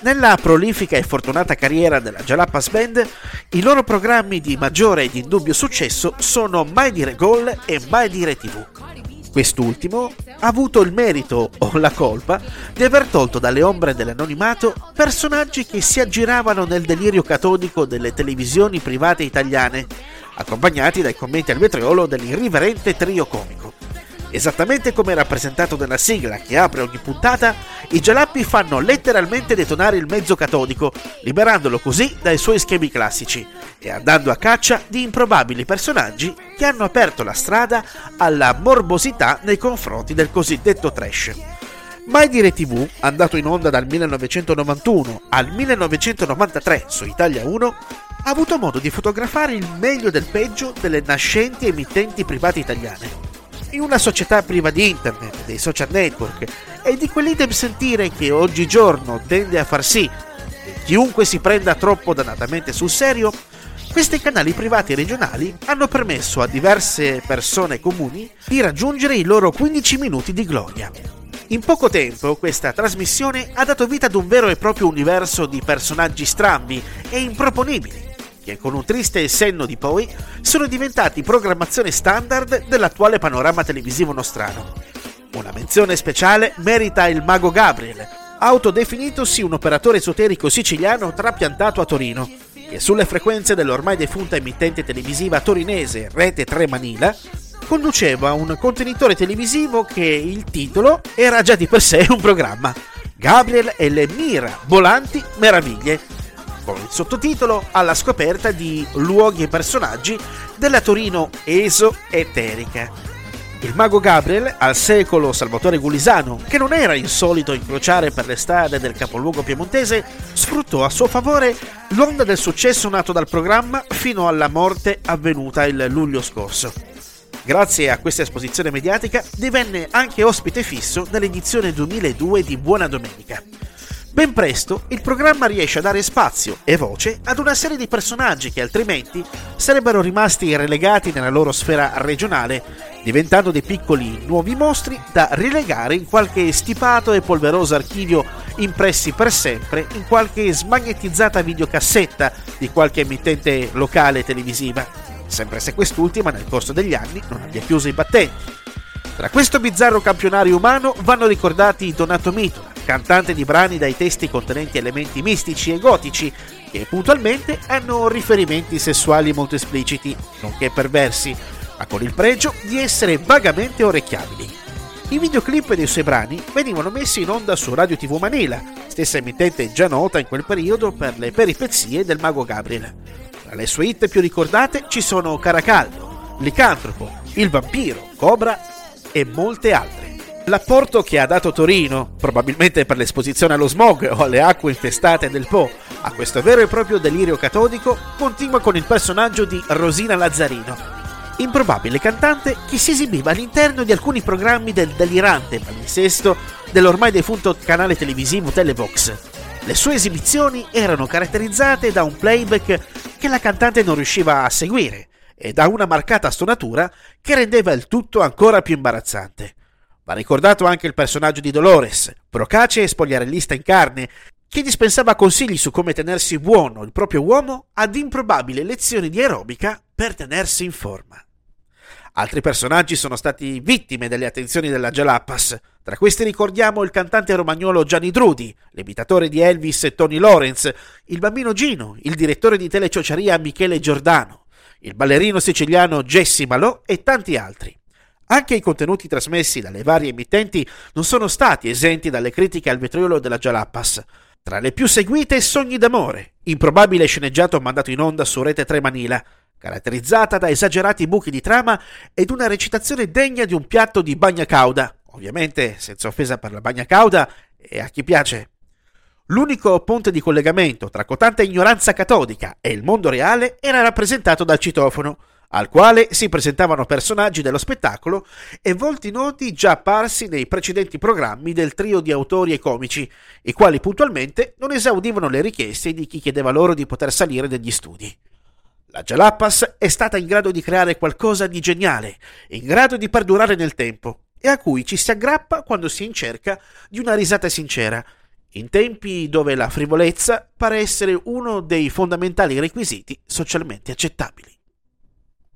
Nella prolifica e fortunata carriera della Jalapas Band, i loro programmi di maggiore ed indubbio successo sono Mai dire gol e Mai dire TV. Quest'ultimo ha avuto il merito o la colpa di aver tolto dalle ombre dell'anonimato personaggi che si aggiravano nel delirio catodico delle televisioni private italiane, accompagnati dai commenti al vetriolo dell'irriverente trio comico. Esattamente come rappresentato nella sigla che apre ogni puntata, i Jalappi fanno letteralmente detonare il mezzo catodico, liberandolo così dai suoi schemi classici e andando a caccia di improbabili personaggi che hanno aperto la strada alla morbosità nei confronti del cosiddetto trash. Mai dire TV, andato in onda dal 1991 al 1993 su Italia 1, ha avuto modo di fotografare il meglio del peggio delle nascenti emittenti private italiane. In una società priva di internet, dei social network e di quell'idem sentire che oggigiorno tende a far sì che chiunque si prenda troppo dannatamente sul serio, questi canali privati regionali hanno permesso a diverse persone comuni di raggiungere i loro 15 minuti di gloria. In poco tempo questa trasmissione ha dato vita ad un vero e proprio universo di personaggi strambi e improponibili, che con un triste senno di poi sono diventati programmazione standard dell'attuale panorama televisivo nostrano. Una menzione speciale merita il mago Gabriel, autodefinitosi un operatore esoterico siciliano trapiantato a Torino, che sulle frequenze dell'ormai defunta emittente televisiva torinese Rete 3 Manila conduceva un contenitore televisivo che il titolo era già di per sé un programma: Gabriel e le Mira Volanti Meraviglie, con il sottotitolo Alla scoperta di luoghi e personaggi della Torino esoterica. Il mago Gabriel, al secolo Salvatore Gulisano, che non era insolito incrociare per le strade del capoluogo piemontese, sfruttò a suo favore l'onda del successo nato dal programma fino alla morte avvenuta il luglio scorso. Grazie a questa esposizione mediatica divenne anche ospite fisso nell'edizione 2002 di Buona Domenica. Ben presto il programma riesce a dare spazio e voce ad una serie di personaggi che altrimenti sarebbero rimasti relegati nella loro sfera regionale, diventando dei piccoli nuovi mostri da rilegare in qualche stipato e polveroso archivio impressi per sempre in qualche smagnetizzata videocassetta di qualche emittente locale televisiva, sempre se quest'ultima nel corso degli anni non abbia chiuso i battenti. Tra questo bizzarro campionario umano vanno ricordati Donato Mitola, cantante di brani dai testi contenenti elementi mistici e gotici che puntualmente hanno riferimenti sessuali molto espliciti, nonché perversi, ma con il pregio di essere vagamente orecchiabili. I videoclip dei suoi brani venivano messi in onda su Radio TV Manila, stessa emittente già nota in quel periodo per le peripezie del mago Gabriel. Tra le sue hit più ricordate ci sono Caracaldo, Licantropo, Il Vampiro, Cobra e molte altre. L'apporto che ha dato Torino, probabilmente per l'esposizione allo smog o alle acque infestate del Po, a questo vero e proprio delirio catodico, continua con il personaggio di Rosina Lazzarino, improbabile cantante che si esibiva all'interno di alcuni programmi del delirante palinsesto dell'ormai defunto canale televisivo Televox. Le sue esibizioni erano caratterizzate da un playback che la cantante non riusciva a seguire e da una marcata stonatura che rendeva il tutto ancora più imbarazzante. Va ricordato anche il personaggio di Dolores, procace e spogliarellista in carne, che dispensava consigli su come tenersi buono il proprio uomo ad improbabili lezioni di aerobica per tenersi in forma. Altri personaggi sono stati vittime delle attenzioni della Jalapas. Tra questi ricordiamo il cantante romagnolo Gianni Drudi, l'imitatore di Elvis e Tony Lawrence, il bambino Gino, il direttore di teleciociaria Michele Giordano, il ballerino siciliano Jesse Malò e tanti altri. Anche i contenuti trasmessi dalle varie emittenti non sono stati esenti dalle critiche al vetriolo della Jalapas. Tra le più seguite Sogni d'amore, improbabile sceneggiato mandato in onda su Rete 3 Manila, caratterizzata da esagerati buchi di trama ed una recitazione degna di un piatto di bagna cauda, ovviamente senza offesa per la bagna cauda e a chi piace. L'unico ponte di collegamento tra cotanta ignoranza catodica e il mondo reale era rappresentato dal citofono, al quale si presentavano personaggi dello spettacolo e volti noti già apparsi nei precedenti programmi del trio di autori e comici, i quali puntualmente non esaudivano le richieste di chi chiedeva loro di poter salire degli studi. La Jalapas è stata in grado di creare qualcosa di geniale, in grado di perdurare nel tempo, e a cui ci si aggrappa quando si è in cerca di una risata sincera, in tempi dove la frivolezza pare essere uno dei fondamentali requisiti socialmente accettabili.